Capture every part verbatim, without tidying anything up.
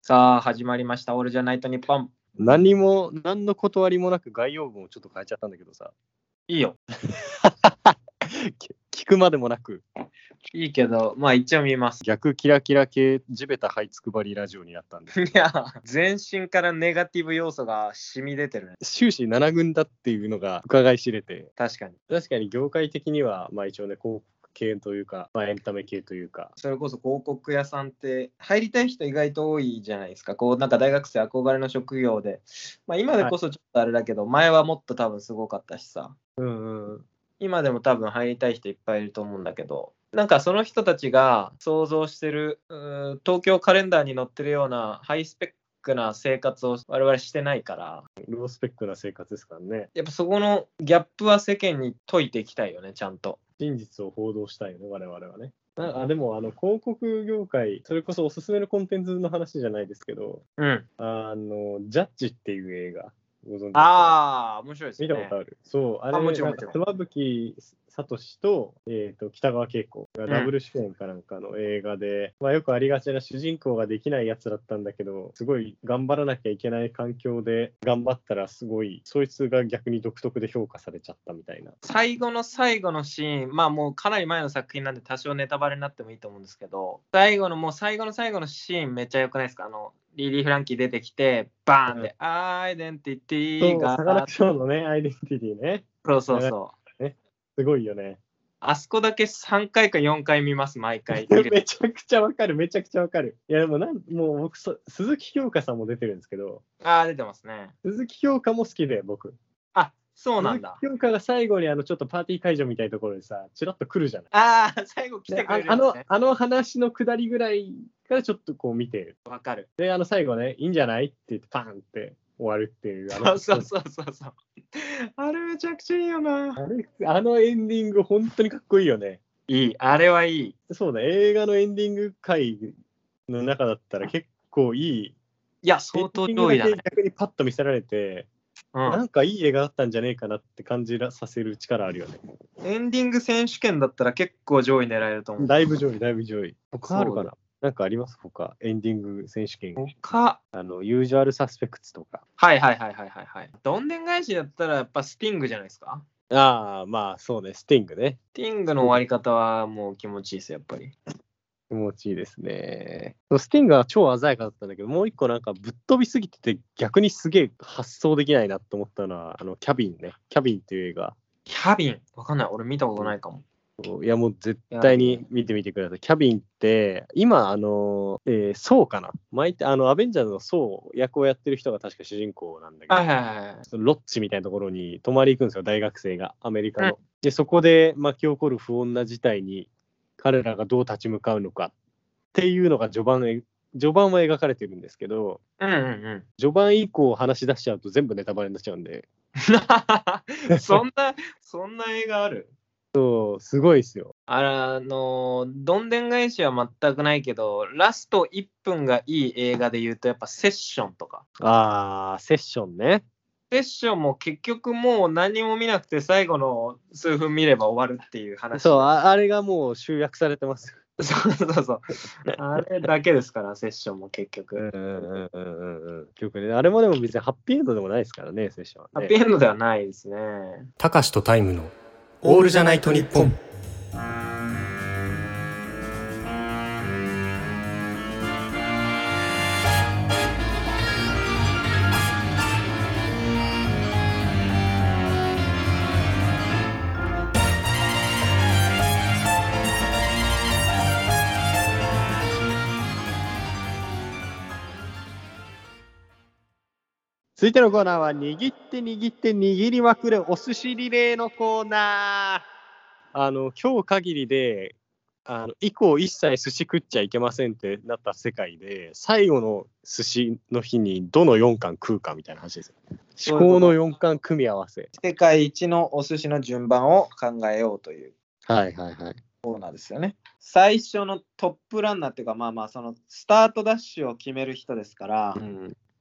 さあ始まりましたオールじゃないと日本。 何も何の断りもなく概要文をちょっと変えちゃったんだけどさ。 いいよ。 聞くまでもなく。 いいけど、まあ一応見ます。 逆キラキラ系地べた這いつくばりラジオになったんで。 いや、全身からネガティブ要素が染み出てるね。 終始なな軍だっていうのが伺い知れて。 確かに。 確かに業界的にはまあ一応ね広告系というか、まあ、エンタメ系というか。 それこそ広告屋さんって入りたい人意外と多いじゃないですか。こうなんか大学生憧れの職業で、まあ今でこそちょっとあれだけど、はい、前はもっと多分すごかったしさ。 うんうん。 今でも多分入りたい人いっぱいいると思うんだけど、なんかその人たちが想像してる東京カレンダーに載ってるようなハイスペックな生活を我々してないから、 ロースペックな生活ですからね。 やっぱそこのギャップは世間に解いていきたいよね、ちゃんと。 真実を報道したいよね、我々はね。あでもあの広告業界、それこそおすすめのコンテンツの話じゃないですけど、 うん、 あのジャッジっていう映画ご存知ですか？ ああ、面白いですね。 見たことある。そう、あれ、 あもちろんもちろん。 妻夫木聡と、えーと、北川景子がダブル主演かなんかの映画で、うんまあ、よくありがちな主人公ができないやつだったんだけど、すごい頑張らなきゃいけない環境で頑張ったらすごい、そいつが逆に独特で評価されちゃったみたいな。 最後の最後のシーン、まあもうかなり前の作品なんで多少ネタバレになってもいいと思うんですけど、最後のもう最後の最後のシーンめっちゃ良くないですか？あのリリー・フランキー出てきてバーンで、うん、アイデンティティがサカナクションのねアイデンティティね。 そうそうそう、 ね、すごいよね。 あそこだけさんかいかよんかい見ます、毎回。 めちゃくちゃわかる、めちゃくちゃわかる。いや、でもなん、もう僕そ、鈴木京香さんも出てるんですけど。 ああ、出てますね。 鈴木京香も好きで、僕。 あ、そうなんだ。 鈴木京香が最後にあのちょっとパーティー会場みたいなところでさ、ちらっと来るじゃない。 ああ、最後来てくれる、ね、 あの、あの話の下りぐらいからちょっとこう見てる。 わかる。 で、あの最後ね、いいんじゃないって言ってパーンって終わるっていう。 あのそうそうそうそう。あれめちゃくちゃいいよな。 あれ、あのエンディング本当にかっこいいよね。 いい、あれはいい。 そうだ、映画のエンディング回の中だったら結構いい。 いや、相当上位だね。 逆にパッと見せられて、うん、なんかいい映画だったんじゃねえかなって感じさせる力あるよね。 エンディング選手権だったら結構上位狙えると思う。 だいぶ上位、だいぶ上位。他あるかな？なんかあります他？エンディング選手権。 他あの、ユージュアルサスペクツとか。 はいはいはいはいはいはい。どんでん返しだったらやっぱスティングじゃないですか？ ああ、まあそうね、スティングね。 スティングの終わり方はもう気持ちいいですよ、やっぱり。 気持ちいいですね。スティングは超鮮やかだったんだけど、もう一個なんかぶっ飛びすぎてて逆にすげえ発想できないなと思ったのは、あの、キャビンね。キャビンっていう映画。 キャビンわかんない。俺見たことないかも。 いやもう絶対に見てみてください。キャビンって今あの、えー、ソーかな毎回あのアベンジャーズのソー役をやってる人が確か主人公なんだけど、 はいはいはい、 ロッチみたいなところに泊まり行くんですよ、大学生がアメリカの、うん、でそこで巻き起こる不穏な事態に彼らがどう立ち向かうのかっていうのが序盤序盤は描かれてるんですけど、 うんうんうん、 序盤以降話し出しちゃうと全部ネタバレになっちゃうんでそんなそんな映画ある？ そうすごいですよ。 あのどんでん返しは全くないけど、ラストいっぷんがいい映画で言うとやっぱセッションとか。 ああ、セッションね。 セッションも結局もう何も見なくて最後の数分見れば終わるっていう話。 そう、あ, あれがもう集約されてます。 そうそうそう。あれだけですから、セッションも結局。 うんうんうんうんうん。結局ね、あれもでも別にハッピーエンドでもないですからね、セッションは、ね。 ハッピーエンドではないですね。 たかしとタイムのオールじゃないと日本。 続いてのコーナーは握って握って握りまくるお寿司リレーのコーナー。あの今日限りであの以降一切寿司食っちゃいけませんってなった世界で最後の寿司の日にどのよん貫食うかみたいな話ですよ。至高のよん貫組み合わせ。 世界一のお寿司の順番を考えようというはいはいはいコーナーですよね。最初のトップランナーっていうかまあまあそのスタートダッシュを決める人ですから、 うん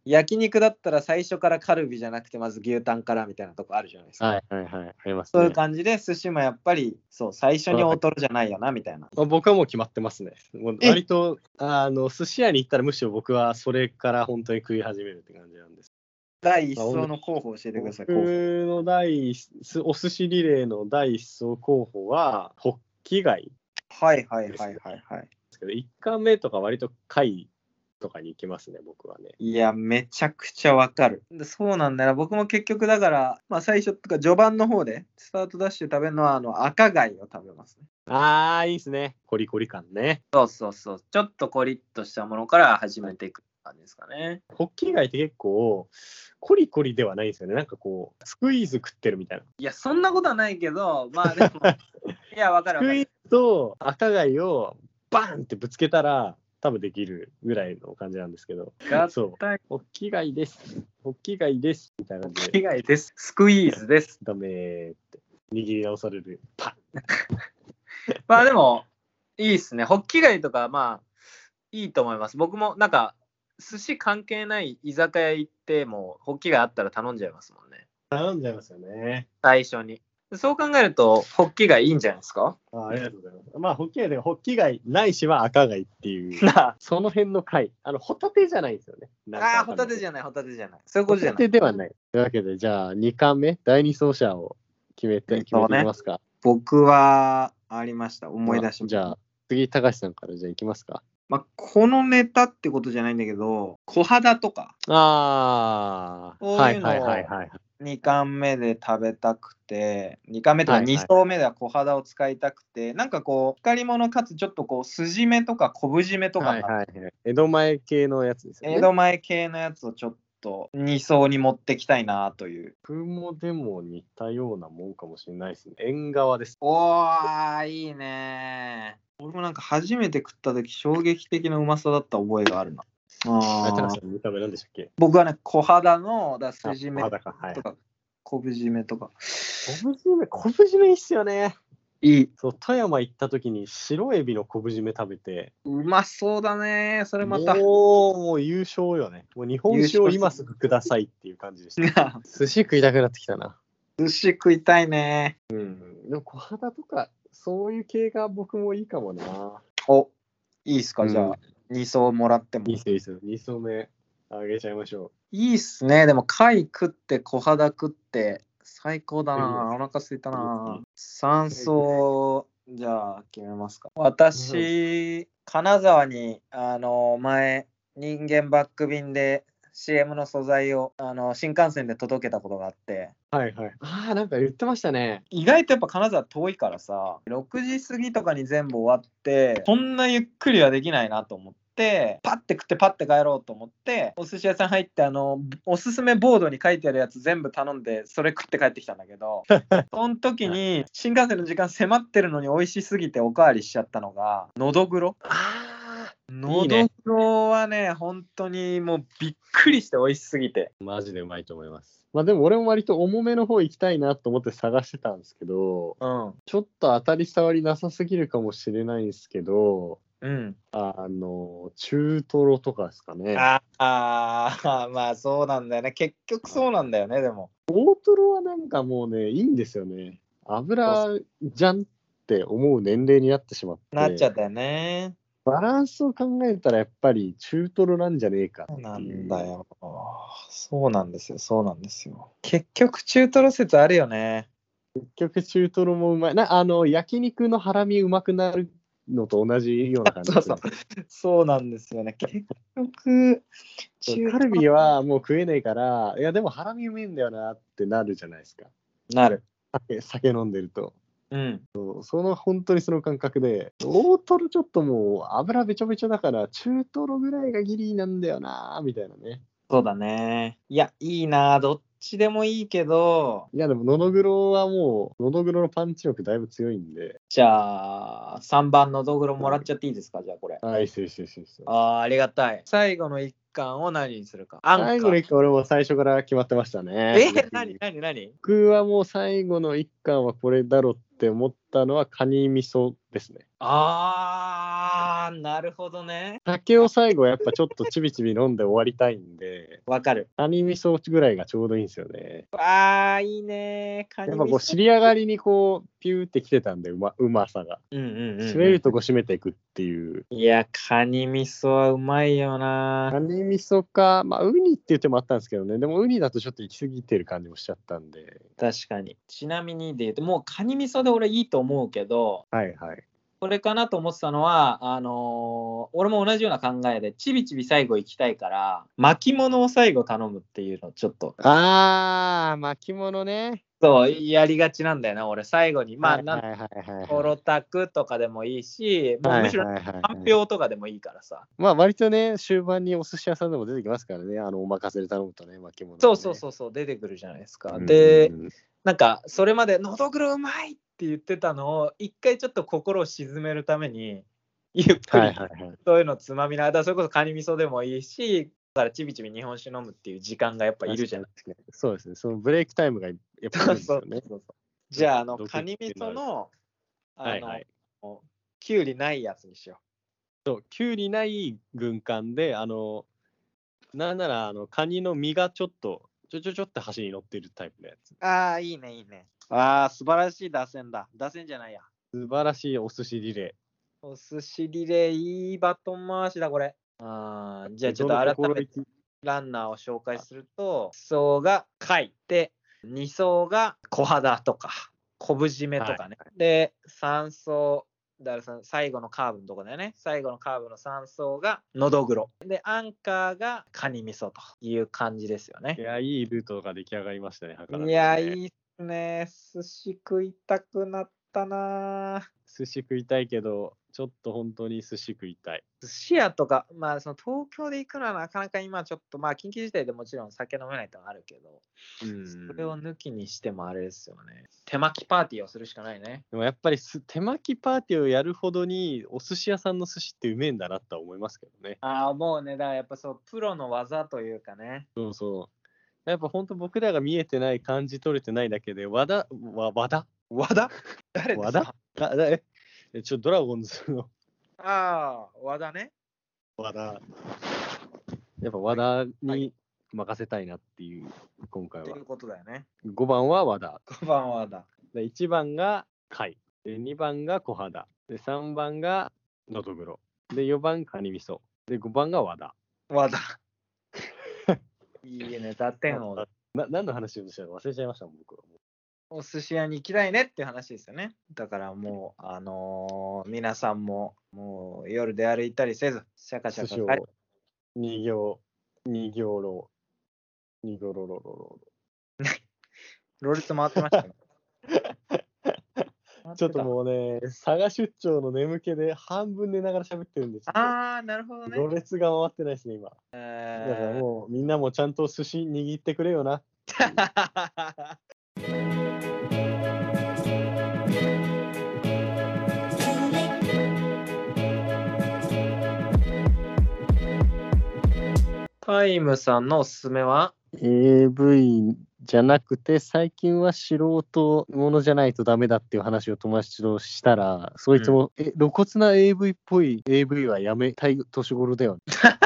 焼肉だったら最初からカルビじゃなくてまず牛タンからみたいなとこあるじゃないですか。 はいはいはい。ありますそういうね。 感じで寿司もやっぱりそう最初に大トロじゃないよなみたいな。 まあ僕はもう決まってますね。もう割とあの寿司屋に行ったらむしろ僕はそれから本当に食い始めるって感じなんです。 第一層の候補を教えてください。 僕の第一お寿司リレーの第一層候補はホッキ貝。 はいはいはいはいはい。 ですけどいっかんめとか割と貝とかに行きますね、僕はね。 いや、めちゃくちゃわかる。そうなんだよ。僕も結局だから、まあ最初とか序盤の方で、スタートダッシュ食べるのはあの赤貝を食べますね。 ああ、いいですね。コリコリ感ね。 そうそうそう。ちょっとコリッとしたものから始めていく感じですかね。 ホッキ貝って結構、コリコリではないんですよね。なんかこう、スクイーズ食ってるみたいな。 いや、そんなことはないけど、まあでも、いや、わかるわかる。 スクイーズと赤貝をバーンってぶつけたら、多分できるぐらいの感じなんですけど。そう。ホッキ貝です。ホッキ貝です。みたいな感じで。 ホッキ貝です。スクイーズです。 ダメーって。握り直される。パッ。 まあでも、いいっすね。ホッキ貝とか、まあ、いいと思います。僕もなんか、寿司関係ない居酒屋行っても、ホッキ貝あったら頼んじゃいますもんね。 頼んじゃいますよね。 最初に。そう考えると、ホッキ貝いいんじゃないですか？ あ, ありがとうございます。まあ、ホッキ貝でホッキ貝ないしは赤貝っていう、その辺の貝。あの、ホタテじゃないんですよね。 ああ、ホタテじゃない、ホタテじゃない。そういうことじゃない。 ホタテではない。というわけで、じゃあ、にかんめ、だいに走者を決めて、決めていきますか。ね、 僕は、ありました。思い出しました。 じゃあ、次、高橋さんからじゃあいきますか。 まあ、このネタってことじゃないんだけど、小肌とか。 ああ、はいはいはいはい。 にかんめで食べたくて、にかんめとかに層目では小肌を使いたくて、はいはい、なんかこう、光り物かつちょっとこう、筋目とか昆布締めとか、はいはいはい、 江戸前系のやつですよね。 江戸前系のやつをちょっとに層に持ってきたいなという。 僕もでも似たようなもんかもしれないですね。縁側です。 おー、いいね。俺もなんか初めて食った時衝撃的なうまさだった覚えがあるな。 ああ、見た目なんでしたっけ？ 僕はね、小肌のだ筋目とか、昆布締めとか。 昆布締め、昆布締めいいっすよね。 いい。 そう、富山行った時に白エビの昆布締め食べて。 うまそうだね。それまた。 もう、もう優勝よね。もう日本酒を今すぐくださいっていう感じでした。寿司食いたくなってきたな。 寿司食いたいね。 うん。でも小肌とか、そういう系が僕もいいかもな。 お、いいっすか、うん、じゃあ。に層もらっても。 いいっすよ、いいっすよ。に層目あげちゃいましょう。いいっすね。でも、貝食って、小肌食って、最高だな。お腹すいたな。さん層、じゃあ、決めますか。私、金沢に、あの、前、人間バック便で シーエム の素材をあの新幹線で届けたことがあって。 はいはい。ああ、なんか言ってましたね。 意外とやっぱ金沢遠いからさ、ろくじ過ぎとかに全部終わって、そんなゆっくりはできないなと思って、パッて食ってパッて帰ろうと思って、お寿司屋さん入って、あの、おすすめボードに書いてあるやつ全部頼んで、それ食って帰ってきたんだけど、その時に新幹線の時間迫ってるのに美味しすぎておかわりしちゃったのが、のどぐろ。のどぐろはね、本当にもうびっくりして美味しすぎて。 マジでうまいと思います。まあでも俺も割と重めの方行きたいなと思って探してたんですけど、うん、ちょっと当たり障りなさすぎるかもしれないんですけど、うん、あの中トロとかですかね。 ああ、まあそうなんだよね。結局そうなんだよね、でも。 大トロはなんかもうね、いいんですよね。油じゃんって思う年齢になってしまって。 なっちゃったよね。 バランスを考えたらやっぱり中トロなんじゃねえか。 そうなんだよ。そうなんですよ。そうなんですよ。結局中トロ説あるよね。 結局中トロもうまい。なあの焼肉のハラミうまくなるのと同じような感じです、ね。 そうそう。そうなんですよね。結局中カルビはもう食えないから、いやでもハラミうめえんだよなってなるじゃないですか。 なる。 酒, 酒飲んでると。 うん、 その本当にその感覚で、大トロちょっともう油べちょべちょだから中トロぐらいがギリなんだよなみたいなね。 そうだね。いやいいな、どっちでもいいけど、 いやでものどぐろはもうのどぐろのパンチ力だいぶ強いんで。 じゃあさんばんのどぐろもらっちゃっていいですか、じゃあこれ。 あ、いいっすいいっすいいっす。 ああ、ありがたい。最後のいっ貫を何にするか。アンカー。 最後の一巻俺も最初から決まってましたね。 え、何何何僕はもう最後の一巻はこれだろって思ったのはカニ味噌ですね。 あー、なるほどね。 酒を最後やっぱちょっとちびちび飲んで終わりたいんで、 わかる。 カニ味噌ぐらいがちょうどいいんですよね。 あー、いいね。カニやっぱこう味噌。 尻上がりにこうピューってきてたんで、うまうまさが。 うんうんうん、うん。 締めるとこ締めていくっていう。 いや、カニ味噌はうまいよな。 カニ味噌か、まあウニっていう手もあったんですけどね、でもウニだとちょっと行き過ぎてる感じもしちゃったんで。 確かに。ちなみにで言うと、もうカニ味噌で俺いいと思うけど、 はいはい。 これかなと思ってたのは、あのー俺も同じような考えで、ちびちび最後行きたいから、巻物を最後頼むっていうのちょっと、 あー、巻物ね。 そう、やりがちなんだよな、俺最後に。まあ、なんはいはいはいはいトロタクとかでもいいし、もうむしろはいはいはいはいかんぴょうとかでもいいからさ。 まあ割とね、終盤にお寿司屋さんでも出てきますからね、あのお任せで頼むとね、巻物、ね。 そうそうそうそう、出てくるじゃないですか。 うんうんうんで、なんか、それまで、のどぐろうまいって言ってたのを、一回ちょっと心を鎮めるために、ゆっくり、 はいはいはい。 そういうのつまみながら、それこそカニ味噌でもいいし、だからちびちび日本酒飲むっていう時間がやっぱいるじゃないですか。 そうですね、そのブレイクタイムがやっぱいるんですよね。 そうそうそうじゃあ、あの、 毒カニ味噌の、あの、 はいはいきゅうりないやつにしよそう、きゅうりない軍艦で、あの、なんならあのカニの身がちょっと、ちょちょちょって端に乗ってるタイプのやつ。 う。ああ、いいね、いいね。ああ、素晴らしい打線だ。打線じゃないや。 素晴らしいお寿司リレお寿司リレー、いいバトン回しだ、これ。あーじゃあ、 ー。 ちょっと改めてどの心意気ランナーを紹介すると、いち走が貝で、に走が小肌とか、昆布締めとかね。で、さん走、だからさ最後のカーブのとこだよね。最後のカーブのさん走がのどぐろ。で、アンカーがカニ味噌という感じですよねい。や、いいルートが出来上がりましたね、計らずねいや、いいっすね。寿司食いたくなったな。 寿司食いたいけど、ちょっと本当に寿司食いたい。 寿司屋とか、まあ、その東京で行くのはなかなか今ちょっと、まあ、緊急事態でもちろん酒飲めないとかあるけど、 うんそれを抜きにしてもあれですよね。手巻きパーティーをするしかないね。 でもやっぱりす手巻きパーティーをやるほどにお寿司屋さんの寿司ってうめえんだなとは思いますけどね。 ああ、もうね、だからやっぱそう、プロの技というかね。 そうそう。やっぱ本当僕らが見えてない感じ取れてないだけで、和田、わ和田和田誰です和か田あだええちょっとドラゴンズのああ、和田ね。 和田。やっぱ和田に任せたいなっていう、今回はっていう。ことだよね。 ごばんは和田。 ごばんは和田。 でいちばんが貝。でにばんが小肌。でさんばんがのどぐろ。でよばんカニ味噌。でごばんが和田。 和田。いいね、打点を。 な何の話をしたのか忘れちゃいましたもん、僕は。 お寿司屋に行きたいねっていう話ですよね。だからもう、あのー皆さんも、もう夜で歩いたりせず、シャカシ寿司をャカ。 に行、に行ろ、に行ろろろろ。 ロールツ回ってましたよ。 ちょっともうね、佐賀出張の眠気で半分寝ながら喋ってるんですよ。 あー、なるほどね。 ろれつが回ってないですね、今。 えだからもうみんなもちゃんと寿司握ってくれよな。 タイムさんのおすすめはエーブイ じゃなくて、最近は素人ものじゃないとダメだっていう話を友達としたら、そいつも、え、露骨な エーブイ っぽい エーブイ はやめたい年頃だよ。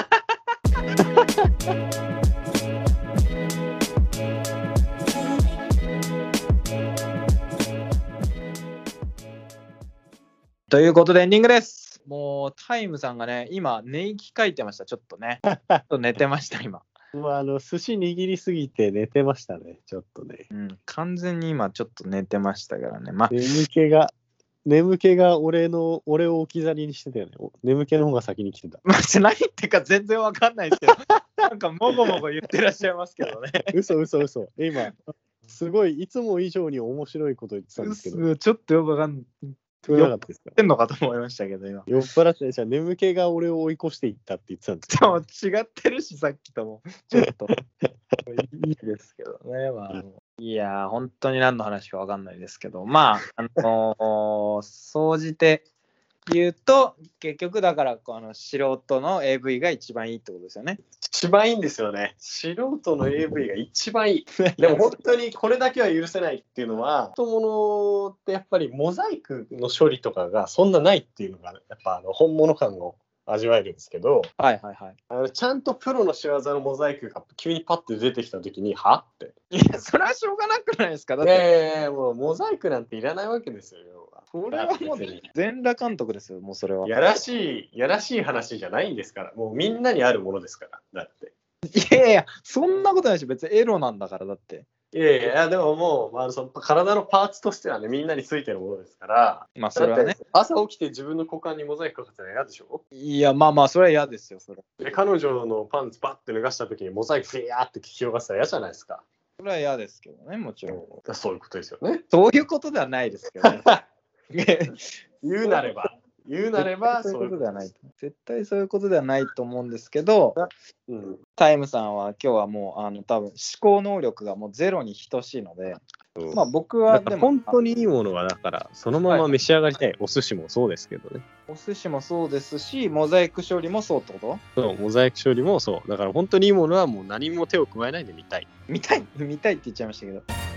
ということでエンディングです。もうタイムさんがね、今寝息書いてました。ちょっとね。ちょっと寝てました、今。 もうあの寿司握りすぎて寝てましたね、ちょっとね。 うん、完全に今ちょっと寝てましたからね。まあ、 眠気が、眠気が俺の、俺を置き去りにしてたよね。お眠気の方が先に来てた。 まあ、何言ってか全然わかんないですけど、なんかもごもご言ってらっしゃいますけどね。 嘘嘘嘘。今、すごい、いつも以上に面白いこと言ってたんですけど。 ちょっとよくわかんない。 聞こえなかったですか？ ってんのかと思いましたけど、今。 酔っ払ってじゃあ眠気が俺を追い越していったって言ってたんですでも違ってるし、さっきとも。ちょっと。いいですけどね。まあ、あのいやー、本当に何の話かわかんないですけど、まあ、あのー、総じて、 言うと結局だからこの素人の エーブイ が一番いいってことですよね。 一番いいんですよね。素人の エーブイ が一番いい。でも本当にこれだけは許せないっていうのは、本物ってやっぱりモザイクの処理とかがそんなないっていうのが、やっぱあの本物感を味わえるんですけど、 はいはいはい。 あのちゃんとプロの仕業のモザイクが急にパッて出てきた時に、はって。 いや、それはしょうがなくないですか。だっいて、 やいやいや、もうモザイクなんていらないわけですよ。要はそれはもう別に全裸監督ですよ、もうそれは。 やらしい、やらしい話じゃないんですから、もうみんなにあるものですから、だって。 いやいや、そんなことないし、別にエロなんだから、だって。 いやいや、でももう、まあ、その体のパーツとしてはね、みんなについてるものですから、 まあ、それはね。 朝起きて自分の股間にモザイクかかったら嫌でしょ。 いや、まあまあ、それは嫌ですよ、それ。 で、彼女のパンツバッて脱がした時にモザイクフィヤーって聞き広がったら嫌じゃないですか。 それは嫌ですけどね、もちろん。 うん、そういうことですよね。 そういうことではないですけどね。 言うなれば。言うなればそういうことではない。絶対そういうことではないと思うんですけど、 うん、 タイムさんは今日はもうあの多分思考能力がもうゼロに等しいので、うん、まあ僕はでも本当にいいものはだからそのまま召し上がりたい、はい、お寿司もそうですけどね。 お寿司もそうですし、モザイク処理もそうってこと？ そう、モザイク処理もそう。だから本当にいいものはもう何も手を加えないで見たい。 見たい見たいって言っちゃいましたけど。